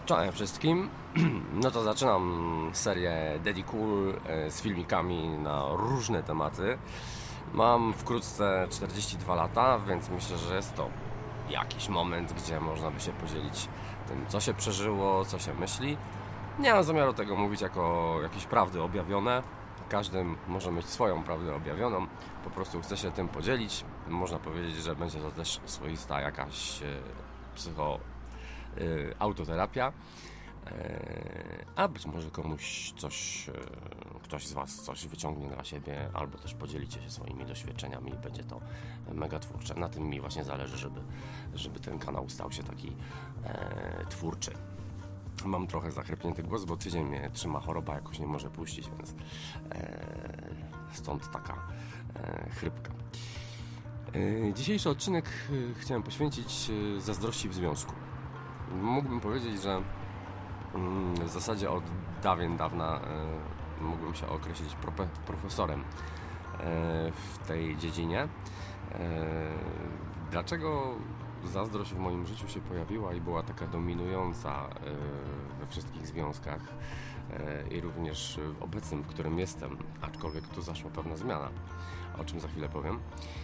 Cześć wszystkim. No to zaczynam serię Daddy Cool z filmikami na różne tematy. Mam wkrótce 42 lata, więc myślę, że jest to jakiś moment, gdzie można by się podzielić tym, co się przeżyło, co się myśli. Nie mam zamiaru tego mówić jako jakieś prawdy objawione. Każdy może mieć swoją prawdę objawioną. Po prostu chcę się tym podzielić. Można powiedzieć, że będzie to też swoista jakaś autoterapia. A być może ktoś z Was coś wyciągnie dla siebie, albo też podzielicie się swoimi doświadczeniami i będzie to mega twórcze. Na tym mi właśnie zależy, żeby ten kanał stał się taki twórczy. Mam trochę zachrypnięty głos, bo tydzień mnie trzyma choroba, jakoś nie może puścić, więc stąd taka chrypka. Dzisiejszy odcinek chciałem poświęcić zazdrości w związku. Mógłbym powiedzieć, że w zasadzie od dawna mógłbym się określić profesorem w tej dziedzinie. Dlaczego zazdrość w moim życiu się pojawiła i była taka dominująca we wszystkich związkach i również w obecnym, w którym jestem, aczkolwiek tu zaszła pewna zmiana, o czym za chwilę powiem.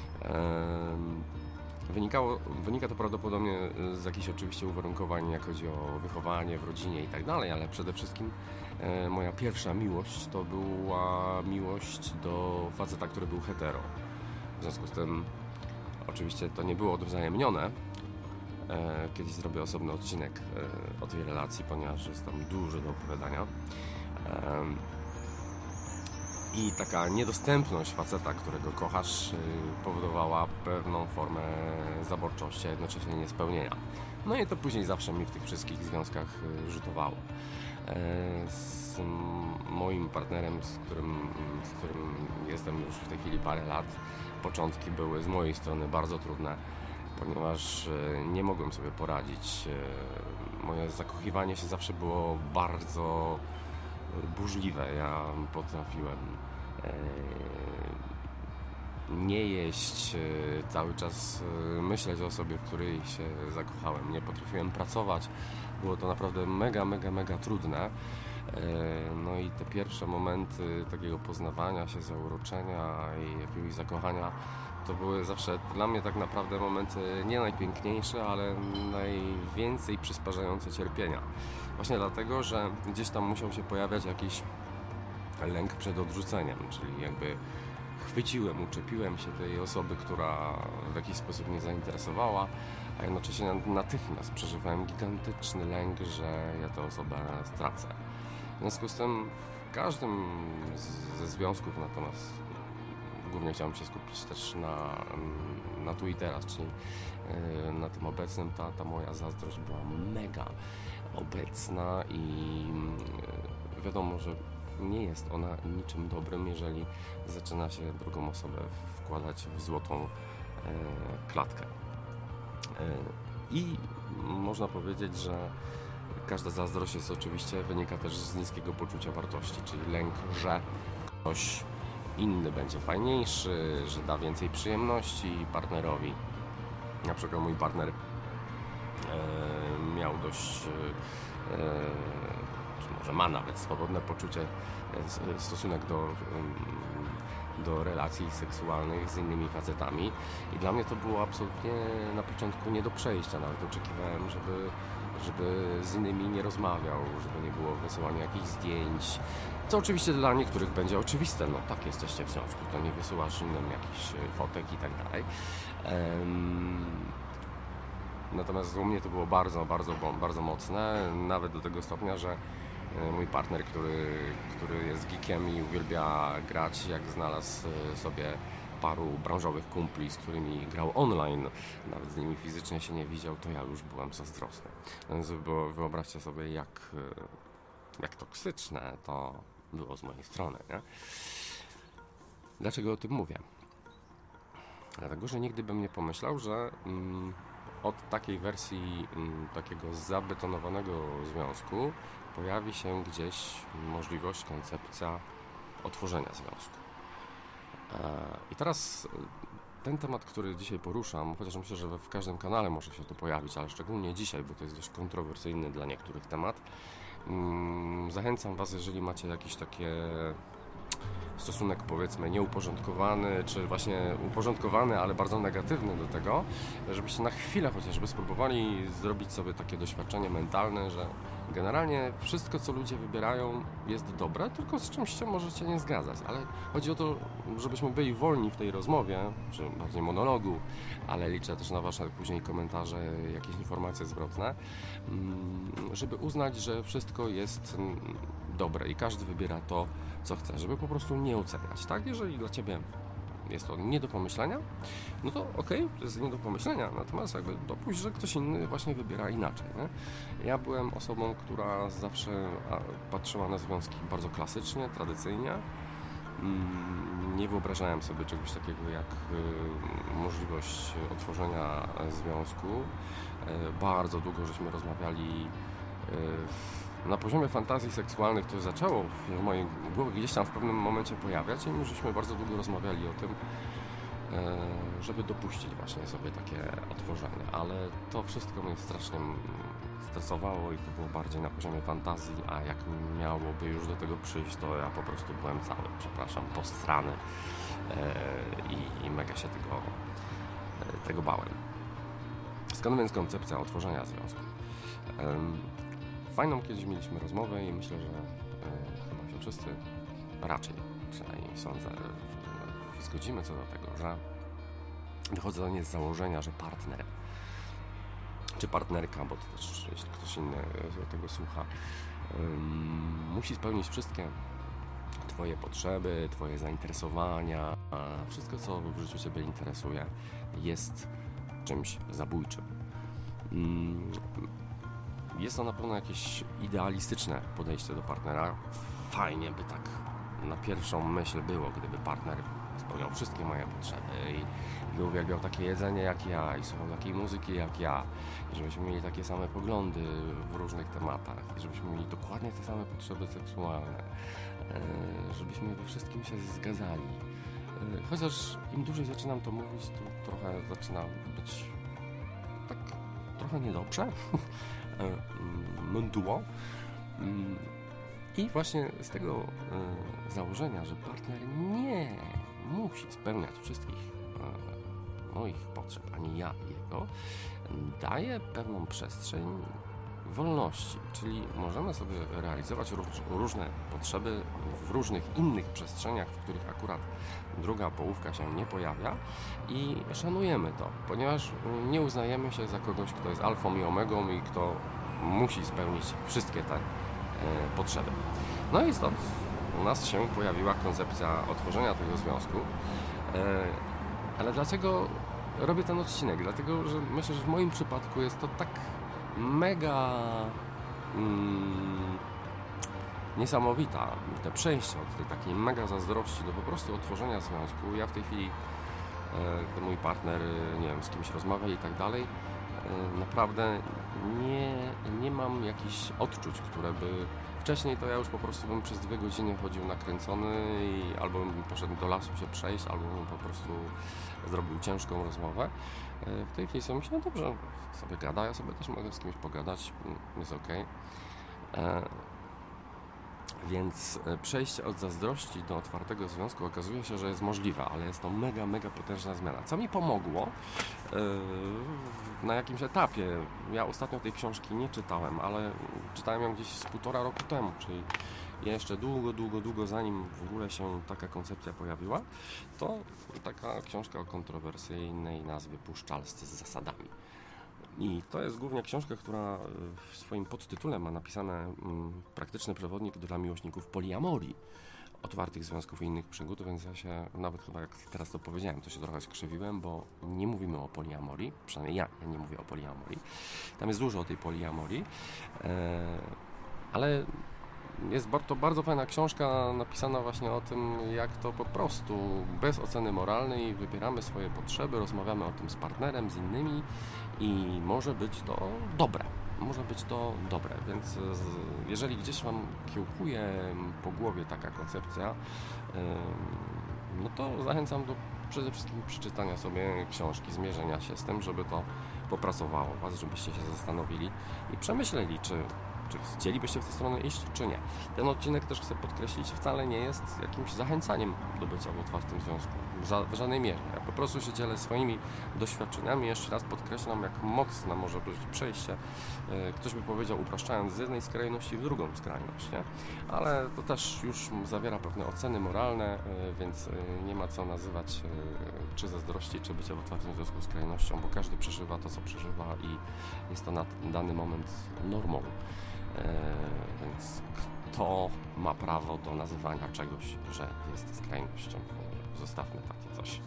Wynika to prawdopodobnie z jakichś oczywiście uwarunkowań, jak chodzi o wychowanie w rodzinie i tak dalej, ale przede wszystkim moja pierwsza miłość to była miłość do faceta, który był hetero. W związku z tym oczywiście to nie było odwzajemnione. Kiedyś zrobię osobny odcinek o tej relacji, ponieważ jest tam dużo do opowiadania. I taka niedostępność faceta, którego kochasz, powodowała pewną formę zaborczości, a jednocześnie niespełnienia. No i to później zawsze mi w tych wszystkich związkach rzutowało. Z moim partnerem, z którym jestem już w tej chwili parę lat, początki były z mojej strony bardzo trudne, ponieważ nie mogłem sobie poradzić. Moje zakochiwanie się zawsze było bardzo burzliwe. Ja potrafiłem nie jeść, cały czas myśleć o osobie, w której się zakochałem. Nie potrafiłem pracować. Było to naprawdę mega trudne. No i te pierwsze momenty takiego poznawania się, zauroczenia i jakiegoś zakochania to były zawsze dla mnie tak naprawdę momenty nie najpiękniejsze, ale najwięcej przysparzające cierpienia. Właśnie dlatego, że gdzieś tam musiał się pojawiać jakiś lęk przed odrzuceniem, czyli jakby uczepiłem się tej osoby, która w jakiś sposób mnie zainteresowała, a jednocześnie natychmiast przeżywałem gigantyczny lęk, że ja tę osobę stracę. W związku z tym w każdym ze związków, natomiast głównie chciałem się skupić też na tu i teraz, czyli na tym obecnym, ta moja zazdrość była mega obecna i wiadomo, że nie jest ona niczym dobrym, jeżeli zaczyna się drugą osobę wkładać w złotą klatkę. I można powiedzieć, że każda zazdrość jest oczywiście wynika też z niskiego poczucia wartości, czyli lęk, że ktoś inny będzie fajniejszy, że da więcej przyjemności partnerowi. Na przykład mój partner miał dość, czy może ma nawet swobodne poczucie, stosunek do relacji seksualnych z innymi facetami i dla mnie to było absolutnie na początku nie do przejścia. Nawet oczekiwałem, żeby z innymi nie rozmawiał, żeby nie było wysyłania jakichś zdjęć, co oczywiście dla niektórych będzie oczywiste, no tak, jesteście w związku, to nie wysyłasz innym jakichś fotek i tak dalej. Natomiast u mnie to było bardzo mocne, nawet do tego stopnia, że mój partner, który jest geekiem i uwielbia grać, jak znalazł sobie paru branżowych kumpli, z którymi grał online, nawet z nimi fizycznie się nie widział, to ja już byłem zazdrosny. Więc wyobraźcie sobie, jak toksyczne to było z mojej strony, nie? Dlaczego o tym mówię? Dlatego, że nigdy bym nie pomyślał, że od takiej wersji takiego zabetonowanego związku pojawi się gdzieś możliwość, koncepcja otworzenia związku. I teraz ten temat, który dzisiaj poruszam, chociaż myślę, że w każdym kanale może się to pojawić, ale szczególnie dzisiaj, bo to jest dość kontrowersyjny dla niektórych temat, zachęcam Was, jeżeli macie jakieś takie stosunek, powiedzmy, nieuporządkowany, czy właśnie uporządkowany, ale bardzo negatywny do tego, żebyście na chwilę chociażby spróbowali zrobić sobie takie doświadczenie mentalne, że generalnie wszystko, co ludzie wybierają, jest dobre, tylko z czymś się możecie nie zgadzać, ale chodzi o to, żebyśmy byli wolni w tej rozmowie, czy bardziej monologu, ale liczę też na Wasze później komentarze, jakieś informacje zwrotne, żeby uznać, że wszystko jest dobre i każdy wybiera to, co chce, żeby po prostu nie oceniać, tak? Jeżeli dla Ciebie jest to nie do pomyślenia, no to okej, to jest nie do pomyślenia, natomiast jakby dopuść, że ktoś inny właśnie wybiera inaczej, nie? Ja byłem osobą, która zawsze patrzyła na związki bardzo klasycznie, tradycyjnie. Nie wyobrażałem sobie czegoś takiego jak możliwość otworzenia związku. Bardzo długo żeśmy rozmawiali na poziomie fantazji seksualnych. To zaczęło w mojej głowie gdzieś tam w pewnym momencie pojawiać i my żeśmy bardzo długo rozmawiali o tym, żeby dopuścić właśnie sobie takie otworzenie, ale to wszystko mnie strasznie stresowało i to było bardziej na poziomie fantazji, a jak miałoby już do tego przyjść, to ja po prostu byłem cały, przepraszam, postrany i mega się tego bałem. Skąd więc koncepcja otworzenia związku? Fajną kiedyś mieliśmy rozmowę i myślę, że chyba się wszyscy raczej, przynajmniej sądzę, zgodzimy co do tego, że wychodzenie z założenia, że partner czy partnerka, bo to też jeśli ktoś inny tego słucha, musi spełnić wszystkie Twoje potrzeby, Twoje zainteresowania, wszystko co w życiu Ciebie interesuje, jest czymś zabójczym. Jest to na pewno jakieś idealistyczne podejście do partnera. Fajnie by tak na pierwszą myśl było, gdyby partner spełniał wszystkie moje potrzeby i uwielbiał takie jedzenie jak ja i słuchał takiej muzyki jak ja i żebyśmy mieli takie same poglądy w różnych tematach i żebyśmy mieli dokładnie te same potrzeby seksualne, żebyśmy we wszystkim się zgadzali. Chociaż im dłużej zaczynam to mówić, to trochę zaczyna być tak trochę niedobrze. Mdło. I właśnie z tego założenia, że partner nie musi spełniać wszystkich moich potrzeb, ani ja jego, daje pewną przestrzeń wolności, czyli możemy sobie realizować różne potrzeby w różnych innych przestrzeniach, w których akurat druga połówka się nie pojawia i szanujemy to, ponieważ nie uznajemy się za kogoś, kto jest alfą i omegą i kto musi spełnić wszystkie te potrzeby. No i stąd u nas się pojawiła koncepcja otworzenia tego związku. Ale dlaczego robię ten odcinek? Dlatego, że myślę, że w moim przypadku jest to tak mega niesamowita, te przejście od tej takiej mega zazdrości do po prostu otworzenia związku. Ja w tej chwili, gdy mój partner, nie wiem, z kimś rozmawia i tak dalej, naprawdę nie mam jakichś odczuć, które by... Wcześniej to ja już po prostu bym przez 2 godziny chodził nakręcony i albo bym poszedł do lasu się przejść, albo bym po prostu zrobił ciężką rozmowę. W tej chwili sobie myślę, no dobrze, sobie gada, ja sobie też mogę z kimś pogadać, jest okej. Więc przejście od zazdrości do otwartego związku okazuje się, że jest możliwe, ale jest to mega, mega potężna zmiana. Co mi pomogło na jakimś etapie, ja ostatnio tej książki nie czytałem, ale czytałem ją gdzieś z 1,5 roku temu, czyli jeszcze długo zanim w ogóle się taka koncepcja pojawiła, to taka książka o kontrowersyjnej nazwie Puszczalscy z zasadami. I to jest głównie książka, która w swoim podtytule ma napisane praktyczny przewodnik dla miłośników poliamorii, otwartych związków i innych przygód, więc ja się nawet chyba jak teraz to powiedziałem, to się trochę skrzywiłem, bo nie mówimy o poliamorii, przynajmniej ja nie mówię o poliamorii. Tam jest dużo o tej poliamorii, ale jest to bardzo fajna książka napisana właśnie o tym, jak to po prostu bez oceny moralnej wybieramy swoje potrzeby, rozmawiamy o tym z partnerem, z innymi i może być to dobre. Może być to dobre, więc jeżeli gdzieś Wam kiełkuje po głowie taka koncepcja, no to zachęcam do przede wszystkim przeczytania sobie książki, zmierzenia się z tym, żeby to popracowało Was, żebyście się zastanowili i przemyśleli, czy chcielibyście w tę stronę iść, czy nie. Ten odcinek też chcę podkreślić, wcale nie jest jakimś zachęcaniem do bycia w otwartym związku. W żadnej mierze. Ja po prostu się dzielę swoimi doświadczeniami. Jeszcze raz podkreślam, jak mocne może być przejście. Ktoś by powiedział, upraszczając, z jednej skrajności w drugą skrajność, nie? Ale to też już zawiera pewne oceny moralne, więc nie ma co nazywać czy zazdrości, czy bycia w otwartym związku skrajnością, bo każdy przeżywa to, co przeżywa i jest to na dany moment normą. Więc kto ma prawo do nazywania czegoś, że jest skrajnością? Zostawmy takie coś.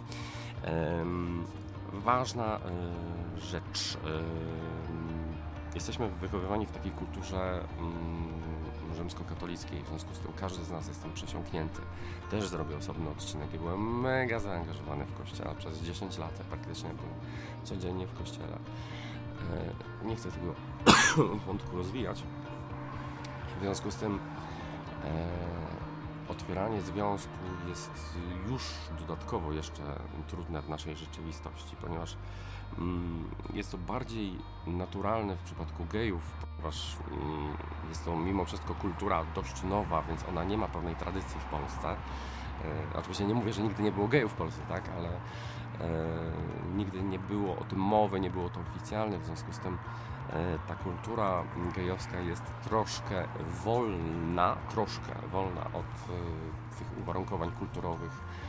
Ważna rzecz. Jesteśmy wychowywani w takiej kulturze rzymskokatolickiej, w związku z tym każdy z nas jest tym przesiąknięty. Też zrobię osobny odcinek. Ja byłem mega zaangażowany w kościele. Przez 10 lat praktycznie byłem codziennie w kościele. Nie chcę tego wątku rozwijać. W związku z tym otwieranie związku jest już dodatkowo jeszcze trudne w naszej rzeczywistości, ponieważ jest to bardziej naturalne w przypadku gejów, ponieważ jest to mimo wszystko kultura dość nowa, więc ona nie ma pewnej tradycji w Polsce. Oczywiście nie mówię, że nigdy nie było gejów w Polsce, tak, ale nigdy nie było o tym mowy, nie było to oficjalne, w związku z tym ta kultura gejowska jest troszkę wolna od tych uwarunkowań kulturowych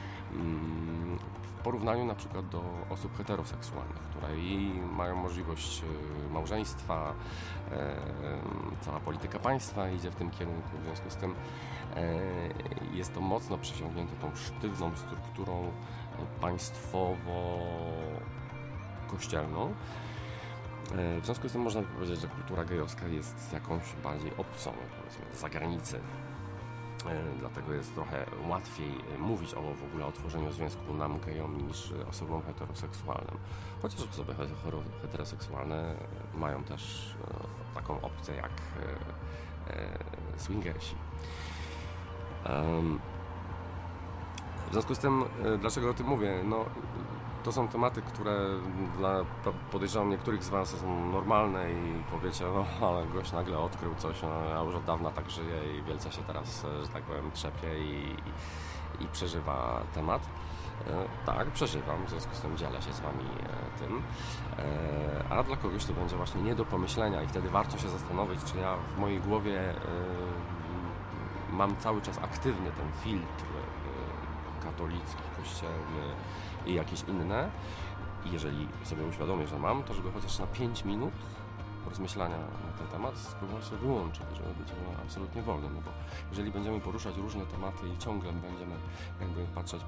w porównaniu na przykład do osób heteroseksualnych, które i mają możliwość małżeństwa, cała polityka państwa idzie w tym kierunku, w związku z tym jest to mocno przesiąknięte tą sztywną strukturą państwowo-kościelną. W związku z tym można powiedzieć, że kultura gejowska jest jakąś bardziej obcą, powiedzmy, z zagranicy. Dlatego jest trochę łatwiej mówić w ogóle o tworzeniu związku nam gejom niż osobom heteroseksualnym. Chociaż osoby heteroseksualne mają też taką opcję jak swingersi. W związku z tym, dlaczego o tym mówię? No, to są tematy, które podejrzewam niektórych z Was są normalne i powiecie, no ale gość nagle odkrył coś, no, ja już od dawna tak żyję i wielce się teraz, że tak powiem, trzepie i przeżywa temat. Tak, przeżywam, w związku z tym dzielę się z Wami tym, a dla kogoś to będzie właśnie nie do pomyślenia i wtedy warto się zastanowić, czy ja w mojej głowie mam cały czas aktywny ten filtr katolicki, kościelny i jakieś inne. I jeżeli sobie uświadomię, że mam, to żeby chociaż na 5 minut rozmyślania na ten temat spróbować się wyłączyć, żeby być absolutnie wolnym, no bo jeżeli będziemy poruszać różne tematy i ciągle będziemy jakby patrzeć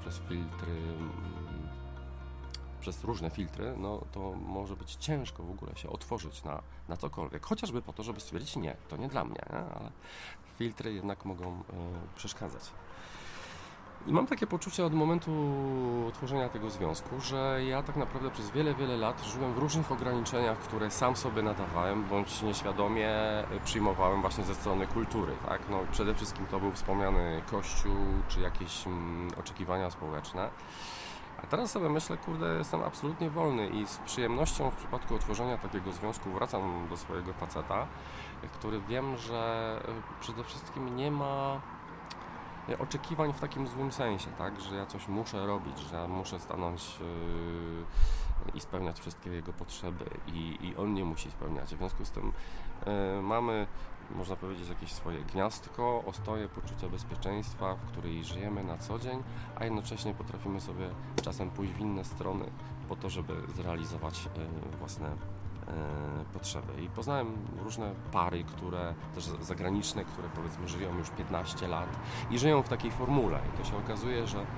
przez różne filtry, no to może być ciężko w ogóle się otworzyć na cokolwiek, chociażby po to, żeby stwierdzić, nie, to nie dla mnie, nie? Ale filtry jednak mogą przeszkadzać. I mam takie poczucie od momentu tworzenia tego związku, że ja tak naprawdę przez wiele lat żyłem w różnych ograniczeniach, które sam sobie nadawałem, bądź nieświadomie przyjmowałem właśnie ze strony kultury, tak? No, przede wszystkim to był wspomniany Kościół, czy jakieś oczekiwania społeczne. A teraz sobie myślę, kurde, jestem absolutnie wolny i z przyjemnością w przypadku otworzenia takiego związku wracam do swojego faceta, który wiem, że przede wszystkim nie ma oczekiwań w takim złym sensie, tak, że ja coś muszę robić, że ja muszę stanąć i spełniać wszystkie jego potrzeby i on nie musi spełniać. W związku z tym mamy, można powiedzieć, jakieś swoje gniazdko, ostoję poczucia bezpieczeństwa, w której żyjemy na co dzień, a jednocześnie potrafimy sobie czasem pójść w inne strony po to, żeby zrealizować własne potrzeby. I poznałem różne pary, które też zagraniczne, które powiedzmy żyją już 15 lat i żyją w takiej formule. I to się okazuje, że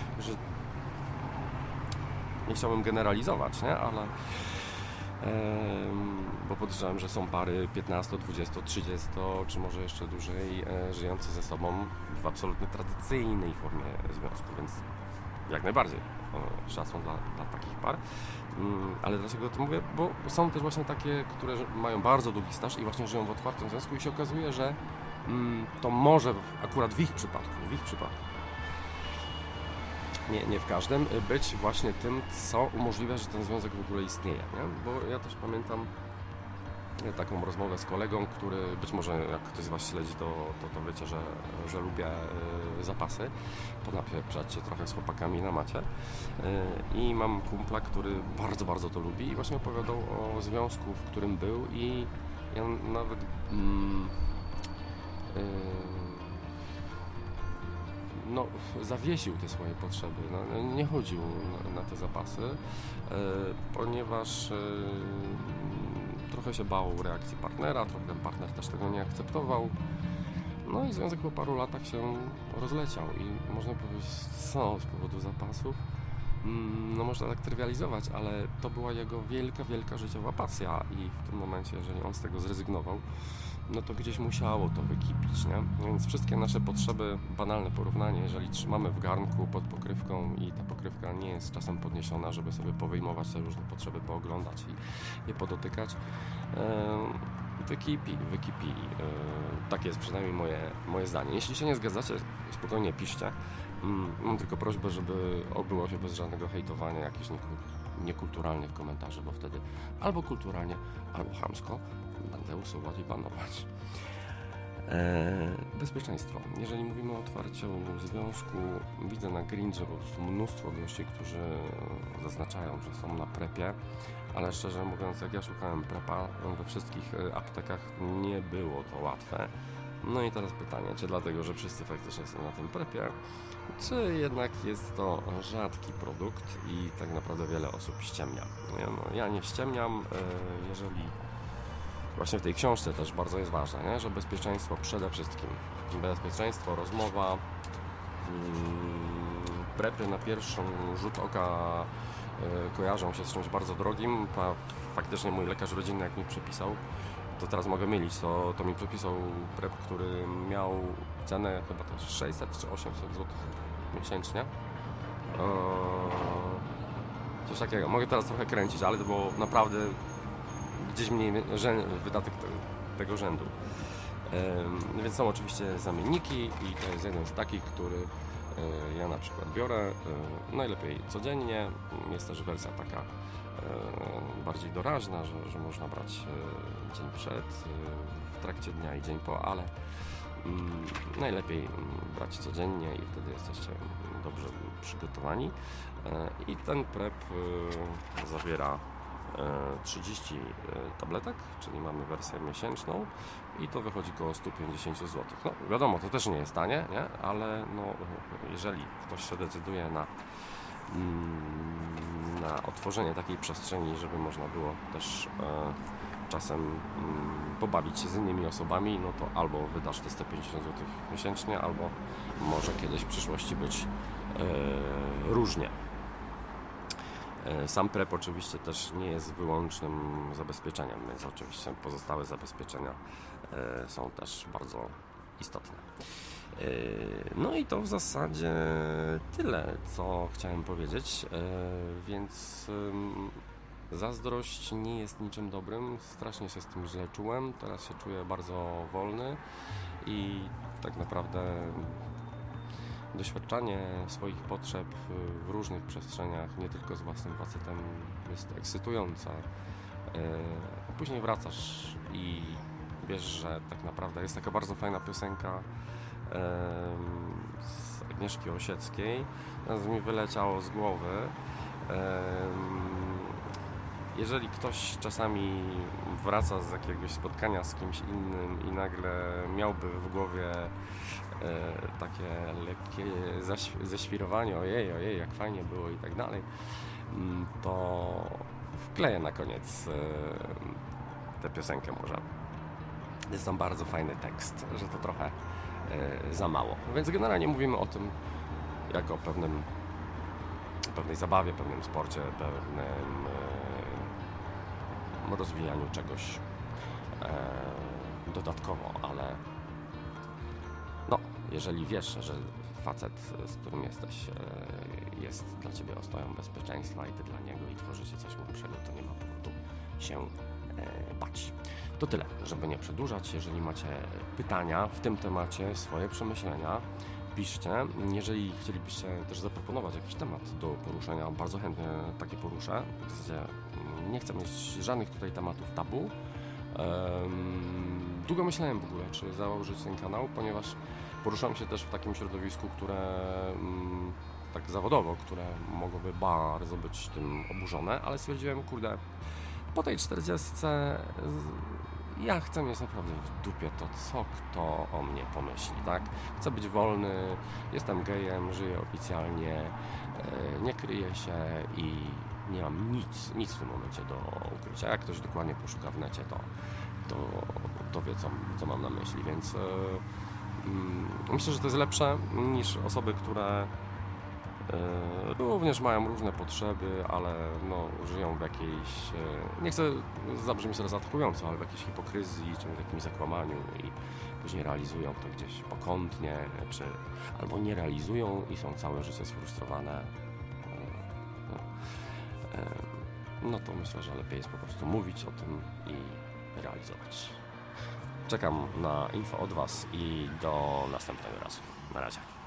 nie chciałbym generalizować, nie? Ale bo podejrzewam, że są pary 15, 20, 30 czy może jeszcze dłużej żyjące ze sobą w absolutnie tradycyjnej formie związku, więc jak najbardziej szacun dla takich par. Ale dlaczego o tym mówię? Bo są też właśnie takie, które mają bardzo długi staż i właśnie żyją w otwartym związku i się okazuje, że to może akurat w ich przypadku nie w każdym, być właśnie tym, co umożliwia, że ten związek w ogóle istnieje, nie? Bo ja też pamiętam taką rozmowę z kolegą, który być może jak ktoś z Was śledzi, to wiecie, że lubię zapasy, ponapieprzać się trochę z chłopakami na macie i mam kumpla, który bardzo, bardzo to lubi i właśnie opowiadał o związku, w którym był i ja nawet no, zawiesił te swoje potrzeby, no, nie chodził na te zapasy, ponieważ trochę się bał reakcji partnera, trochę ten partner też tego nie akceptował. No i związek po paru latach się rozleciał i można powiedzieć, z powodu zapasów. No można tak trywializować, ale to była jego wielka, wielka życiowa pasja i w tym momencie, jeżeli on z tego zrezygnował, no to gdzieś musiało to wykipić, nie? Więc wszystkie nasze potrzeby, banalne porównanie, jeżeli trzymamy w garnku pod pokrywką i ta pokrywka nie jest czasem podniesiona, żeby sobie powyjmować te różne potrzeby, pooglądać i je podotykać, wykipi. Tak jest przynajmniej moje zdanie. Jeśli się nie zgadzacie, spokojnie piszcie. Mam tylko prośbę, żeby obyło się bez żadnego hejtowania, jakichś niekulturalnych komentarzy, bo wtedy albo kulturalnie, albo chamsko będę usuwać i banować. Bezpieczeństwo. Jeżeli mówimy o otwarciu związku, widzę na Grindrze po prostu mnóstwo gości, którzy zaznaczają, że są na prepie, ale szczerze mówiąc, jak ja szukałem prepa, we wszystkich aptekach nie było to łatwe. No i teraz pytanie, czy dlatego, że wszyscy faktycznie są na tym prepie, czy jednak jest to rzadki produkt i tak naprawdę wiele osób ściemnia. Ja nie ściemniam, jeżeli właśnie w tej książce też bardzo jest ważne, nie? Że bezpieczeństwo przede wszystkim. Bezpieczeństwo, rozmowa, prepy na pierwszy rzut oka kojarzą się z czymś bardzo drogim. Faktycznie mój lekarz rodzinny, jak mi przepisał, to teraz mogę mylić, to mi przepisał prep, który miał cenę chyba też 600 czy 800 zł miesięcznie. Coś takiego. Mogę teraz trochę kręcić, ale to było naprawdę gdzieś mniej wydatek tego rzędu. Więc są oczywiście zamienniki i to jest jeden z takich, który ja na przykład biorę najlepiej codziennie. Jest też wersja taka bardziej doraźna, że można brać dzień przed, w trakcie dnia i dzień po, ale najlepiej brać codziennie i wtedy jesteście dobrze przygotowani. I ten prep zawiera 30 tabletek, czyli mamy wersję miesięczną i to wychodzi około 150 zł. No wiadomo, to też nie jest tanie, nie? Ale no, jeżeli ktoś się decyduje na otworzenie takiej przestrzeni, żeby można było też czasem pobawić się z innymi osobami, no to albo wydasz te 150 zł miesięcznie, albo może kiedyś w przyszłości być różnie. Sam PrEP oczywiście też nie jest wyłącznym zabezpieczeniem, więc oczywiście pozostałe zabezpieczenia są też bardzo istotne. No i to w zasadzie tyle, co chciałem powiedzieć, więc zazdrość nie jest niczym dobrym, strasznie się z tym źle czułem, teraz się czuję bardzo wolny i tak naprawdę doświadczanie swoich potrzeb w różnych przestrzeniach, nie tylko z własnym facetem, jest ekscytujące. Później wracasz i wiesz, że tak naprawdę jest taka bardzo fajna piosenka z Agnieszki Osieckiej, teraz mi wyleciało z głowy. Jeżeli ktoś czasami wraca z jakiegoś spotkania z kimś innym i nagle miałby w głowie takie lekkie ześwirowanie, ojej, jak fajnie było i tak dalej, to wkleję na koniec tę piosenkę może. Jest tam bardzo fajny tekst, że to trochę za mało. Więc generalnie mówimy o tym jako o pewnej zabawie, pewnym sporcie, pewnym rozwijaniu czegoś dodatkowo, ale no, jeżeli wiesz, że facet, z którym jesteś, jest dla Ciebie ostoją bezpieczeństwa i Ty dla niego i tworzycie coś głębszego, to nie ma powodu się bać. To tyle, żeby nie przedłużać. Jeżeli macie pytania w tym temacie, swoje przemyślenia, piszcie. Jeżeli chcielibyście też zaproponować jakiś temat do poruszenia, bardzo chętnie takie poruszę. W zasadzie nie chcę mieć żadnych tutaj tematów tabu. Długo myślałem w ogóle, czy założyć ten kanał, ponieważ poruszam się też w takim środowisku, które tak zawodowo, które mogłoby bardzo być tym oburzone, ale stwierdziłem, kurde, po tej 40 ja chcę mieć naprawdę w dupie to, co kto o mnie pomyśli, tak? Chcę być wolny, jestem gejem, żyję oficjalnie, nie kryję się i nie mam nic w tym momencie do ukrycia. Jak ktoś dokładnie poszuka w necie, to wie, co mam na myśli, więc myślę, że to jest lepsze niż osoby, które również mają różne potrzeby, ale no, żyją w jakiejś, nie chcę zabrzmieć teraz atakująco, ale w jakiejś hipokryzji, czy w jakimś zakłamaniu i później realizują to gdzieś pokątnie, czy albo nie realizują i są całe życie sfrustrowane. No to myślę, że lepiej jest po prostu mówić o tym i realizować. Czekam na info od Was i do następnego razu. Na razie.